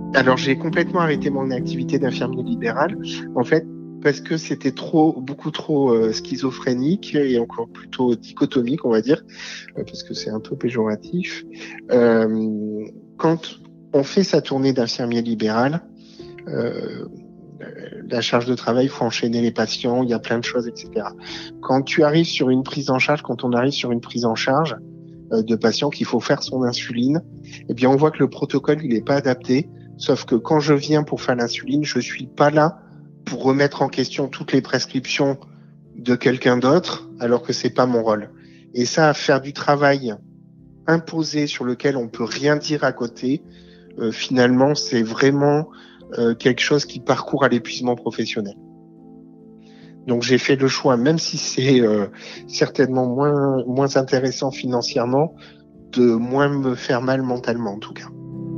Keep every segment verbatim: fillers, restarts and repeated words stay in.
Alors, j'ai complètement arrêté mon activité d'infirmier libéral, en fait, parce que c'était trop, beaucoup trop euh, schizophrénique et encore plutôt dichotomique, on va dire, euh, parce que c'est un peu péjoratif. Euh, quand on fait sa tournée d'infirmier libéral, euh, la charge de travail, il faut enchaîner les patients, il y a plein de choses, et cetera. Quand tu arrives sur une prise en charge, quand on arrive sur une prise en charge euh, de patients qu'il faut faire son insuline, eh bien, on voit que le protocole, il n'est pas adapté. Sauf que quand je viens pour faire l'insuline, je suis pas là pour remettre en question toutes les prescriptions de quelqu'un d'autre, alors que c'est pas mon rôle. Et ça, faire du travail imposé sur lequel on peut rien dire à côté, euh, finalement, c'est vraiment euh, quelque chose qui parcourt à l'épuisement professionnel. Donc j'ai fait le choix, même si c'est euh, certainement moins, moins intéressant financièrement, de moins me faire mal mentalement en tout cas.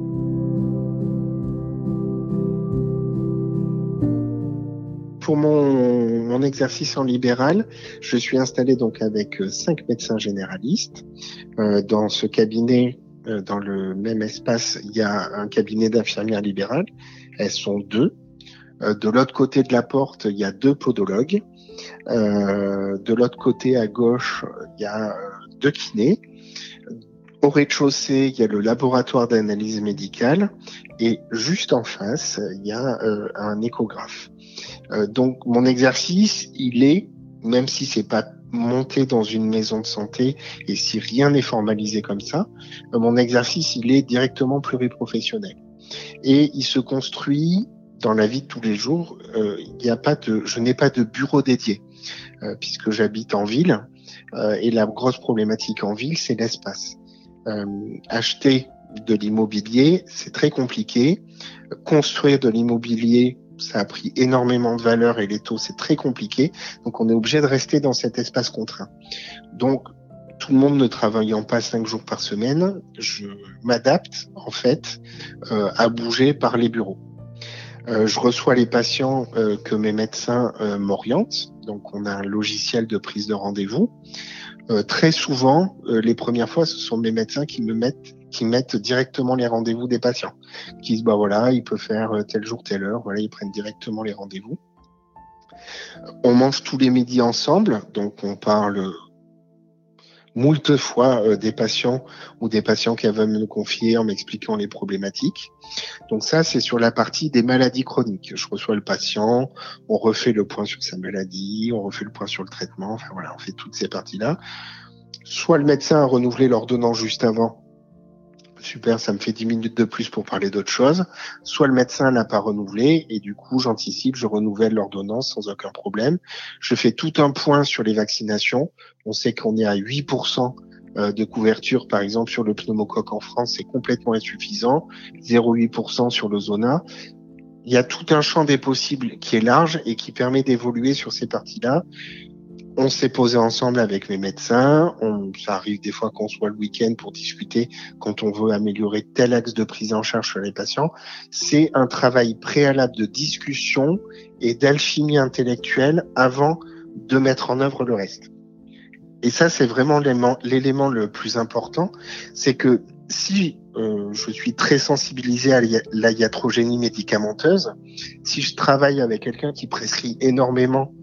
Pour mon, mon exercice en libéral, je suis installé donc avec euh, cinq médecins généralistes. Euh, dans ce cabinet, euh, dans le même espace, il y a un cabinet d'infirmières libérales. Elles sont deux. Euh, de l'autre côté de la porte, il y a deux podologues. Euh, de l'autre côté, à gauche, il y a euh, deux kinés. Au rez-de-chaussée, il y a le laboratoire d'analyse médicale. Et juste en face, il y a euh, un échographe. Euh, donc, mon exercice, il est, même si c'est pas monté dans une maison de santé et si rien n'est formalisé comme ça, euh, mon exercice, il est directement pluriprofessionnel. Et il se construit dans la vie de tous les jours. Euh, il y a pas de, je n'ai pas de bureau dédié euh, puisque j'habite en ville euh, et la grosse problématique en ville, c'est l'espace. Euh, acheter de l'immobilier, c'est très compliqué. Construire de l'immobilier, ça a pris énormément de valeur et les taux, c'est très compliqué. Donc, on est obligé de rester dans cet espace contraint. Donc, tout le monde ne travaillant pas cinq jours par semaine, je m'adapte, en fait, euh, à bouger par les bureaux. Euh, je reçois les patients euh, que mes médecins euh, m'orientent. Donc, on a un logiciel de prise de rendez-vous. Euh, très souvent, euh, les premières fois, ce sont mes médecins qui me mettent qui mettent directement les rendez-vous des patients, qui disent bah voilà, il peut faire tel jour, telle heure, voilà, ils prennent directement les rendez-vous. On mange tous les midis ensemble, donc on parle moult fois euh, des patients ou des patients qui veulent me confier en m'expliquant les problématiques. Donc ça, c'est sur la partie des maladies chroniques. Je reçois le patient, on refait le point sur sa maladie, on refait le point sur le traitement, enfin voilà, on fait toutes ces parties-là. Soit le médecin a renouvelé l'ordonnance juste avant, super, ça me fait dix minutes de plus pour parler d'autre chose. Soit le médecin n'a pas renouvelé et du coup, j'anticipe, je renouvelle l'ordonnance sans aucun problème. Je fais tout un point sur les vaccinations. On sait qu'on est à huit pour cent de couverture, par exemple, sur le pneumocoque en France, c'est complètement insuffisant. zéro virgule huit pour cent sur le zona. Il y a tout un champ des possibles qui est large et qui permet d'évoluer sur ces parties-là. On s'est posé ensemble avec mes médecins. On, ça arrive des fois qu'on soit le week-end pour discuter quand on veut améliorer tel axe de prise en charge sur les patients. C'est un travail préalable de discussion et d'alchimie intellectuelle avant de mettre en œuvre le reste. Et ça, c'est vraiment l'élément, l'élément le plus important. C'est que si euh, je suis très sensibilisé à la iatrogénie médicamenteuse, si je travaille avec quelqu'un qui prescrit énormément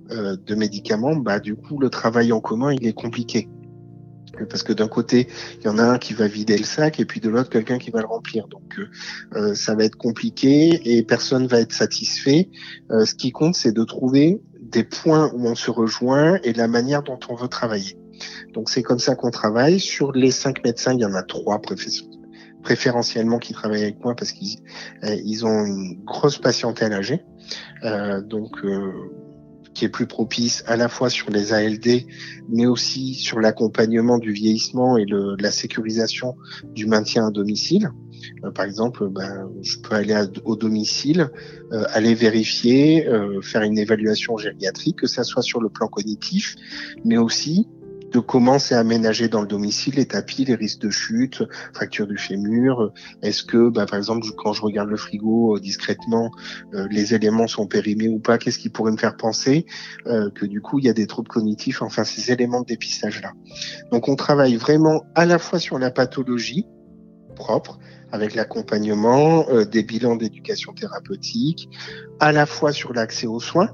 de médicaments, bah du coup le travail en commun il est compliqué parce que d'un côté il y en a un qui va vider le sac et puis de l'autre quelqu'un qui va le remplir, donc euh, ça va être compliqué et personne va être satisfait. Euh, ce qui compte c'est de trouver des points où on se rejoint et la manière dont on veut travailler. Donc c'est comme ça qu'on travaille. Sur les cinq médecins, il y en a trois professeurs préférentiellement qui travaillent avec moi parce qu'ils euh, ils ont une grosse patientèle âgée, euh, donc euh, qui est plus propice à la fois sur les A L D, mais aussi sur l'accompagnement du vieillissement et le, la sécurisation du maintien à domicile. Euh, par exemple, ben, je peux aller à, au domicile, euh, aller vérifier, euh, faire une évaluation gériatrique, que ça soit sur le plan cognitif, mais aussi de comment c'est aménagé dans le domicile, les tapis, les risques de chute, fracture du fémur. Est-ce que, bah, par exemple, quand je regarde le frigo euh, discrètement, euh, les éléments sont périmés ou pas? Qu'est-ce qui pourrait me faire penser euh, que du coup, il y a des troubles cognitifs? Enfin, ces éléments de dépistage-là. Donc, on travaille vraiment à la fois sur la pathologie propre, avec l'accompagnement, euh, des bilans d'éducation thérapeutique, à la fois sur l'accès aux soins.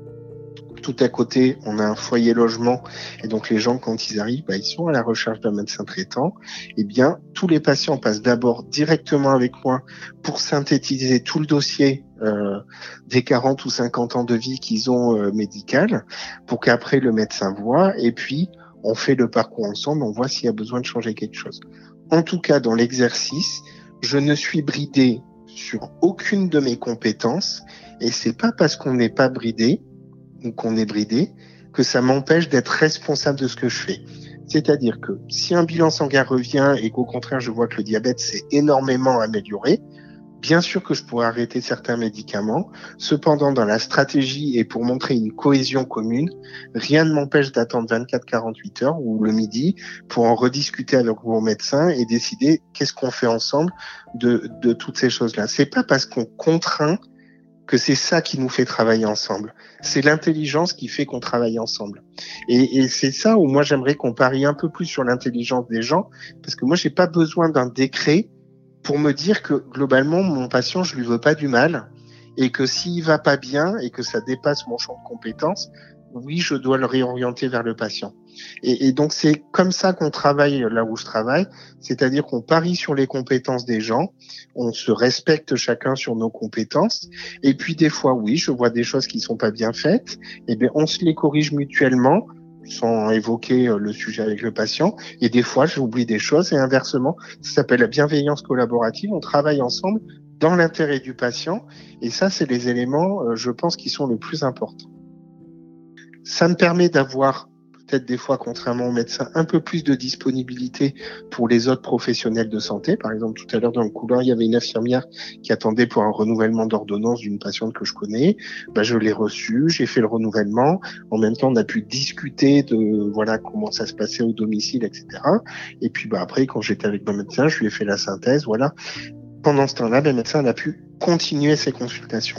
Tout à côté, on a un foyer logement et donc les gens, quand ils arrivent, bah, ils sont à la recherche d'un médecin traitant. Eh bien, tous les patients passent d'abord directement avec moi pour synthétiser tout le dossier euh, des quarante ou cinquante ans de vie qu'ils ont euh, médical, pour qu'après le médecin voit et puis on fait le parcours ensemble, on voit s'il y a besoin de changer quelque chose. En tout cas, dans l'exercice, je ne suis bridé sur aucune de mes compétences et c'est pas parce qu'on n'est pas bridé ou qu'on est bridé, que ça m'empêche d'être responsable de ce que je fais. C'est-à-dire que si un bilan sanguin revient et qu'au contraire je vois que le diabète s'est énormément amélioré, bien sûr que je pourrais arrêter certains médicaments. Cependant, dans la stratégie et pour montrer une cohésion commune, rien ne m'empêche d'attendre vingt-quatre à quarante-huit heures ou le midi pour en rediscuter avec mon médecin et décider qu'est-ce qu'on fait ensemble de, de toutes ces choses-là. C'est pas parce qu'on contraint que c'est ça qui nous fait travailler ensemble. C'est l'intelligence qui fait qu'on travaille ensemble. Et, et c'est ça où moi j'aimerais qu'on parie un peu plus sur l'intelligence des gens, parce que moi j'ai pas besoin d'un décret pour me dire que globalement mon patient je lui veux pas du mal et que s'il va pas bien et que ça dépasse mon champ de compétences, oui je dois le réorienter vers le patient. Et, et donc c'est comme ça qu'on travaille là où je travaille, c'est-à-dire qu'on parie sur les compétences des gens, on se respecte chacun sur nos compétences, et puis des fois oui, je vois des choses qui sont pas bien faites, et bien on se les corrige mutuellement sans évoquer le sujet avec le patient, et des fois j'oublie des choses et inversement, ça s'appelle la bienveillance collaborative, on travaille ensemble dans l'intérêt du patient, et ça c'est les éléments, je pense, qui sont le plus importants. Ça me permet d'avoir peut-être des fois, contrairement aux médecins, un peu plus de disponibilité pour les autres professionnels de santé. Par exemple, tout à l'heure, dans le couloir, il y avait une infirmière qui attendait pour un renouvellement d'ordonnance d'une patiente que je connais. Ben, je l'ai reçue, j'ai fait le renouvellement. En même temps, on a pu discuter de voilà comment ça se passait au domicile, et cetera. Et puis, ben, après, quand j'étais avec mon médecin, je lui ai fait la synthèse. Voilà. Pendant ce temps-là, le médecin a pu continuer ses consultations.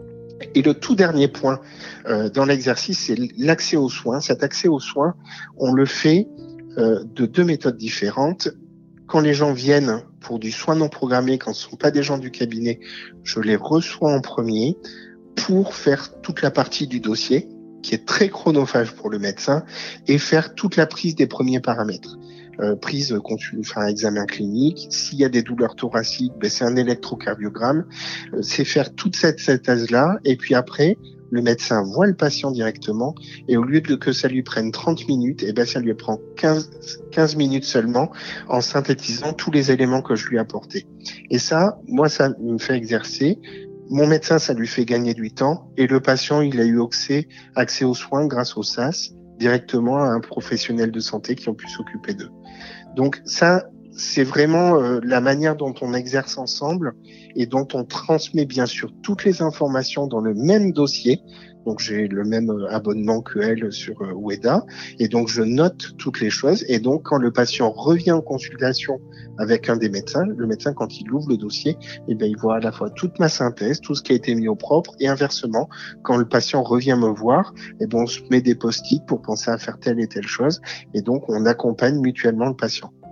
Et le tout dernier point euh, dans l'exercice, c'est l'accès aux soins. Cet accès aux soins, on le fait euh, de deux méthodes différentes. Quand les gens viennent pour du soin non programmé, quand ce ne sont pas des gens du cabinet, je les reçois en premier pour faire toute la partie du dossier, qui est très chronophage pour le médecin, et faire toute la prise des premiers paramètres. Euh, prise, consul, enfin, examen clinique. S'il y a des douleurs thoraciques, ben, c'est un électrocardiogramme. Euh, c'est faire toute cette synthèse-là. Et puis après, le médecin voit le patient directement. Et au lieu de que ça lui prenne trente minutes, eh ben, ça lui prend quinze, quinze minutes seulement en synthétisant tous les éléments que je lui ai apportés. Et ça, moi, ça me fait exercer. Mon médecin, ça lui fait gagner du temps. Et le patient, il a eu accès, accès aux soins grâce au S A S, directement à un professionnel de santé qui ont pu s'occuper d'eux. Donc ça, c'est vraiment euh, la manière dont on exerce ensemble et dont on transmet bien sûr toutes les informations dans le même dossier. Donc j'ai le même abonnement que elle sur euh, Weda et donc je note toutes les choses. Et donc quand le patient revient en consultation avec un des médecins, le médecin quand il ouvre le dossier, eh bien il voit à la fois toute ma synthèse, tout ce qui a été mis au propre et inversement, quand le patient revient me voir, eh bien on se met des post-it pour penser à faire telle et telle chose et donc on accompagne mutuellement le patient.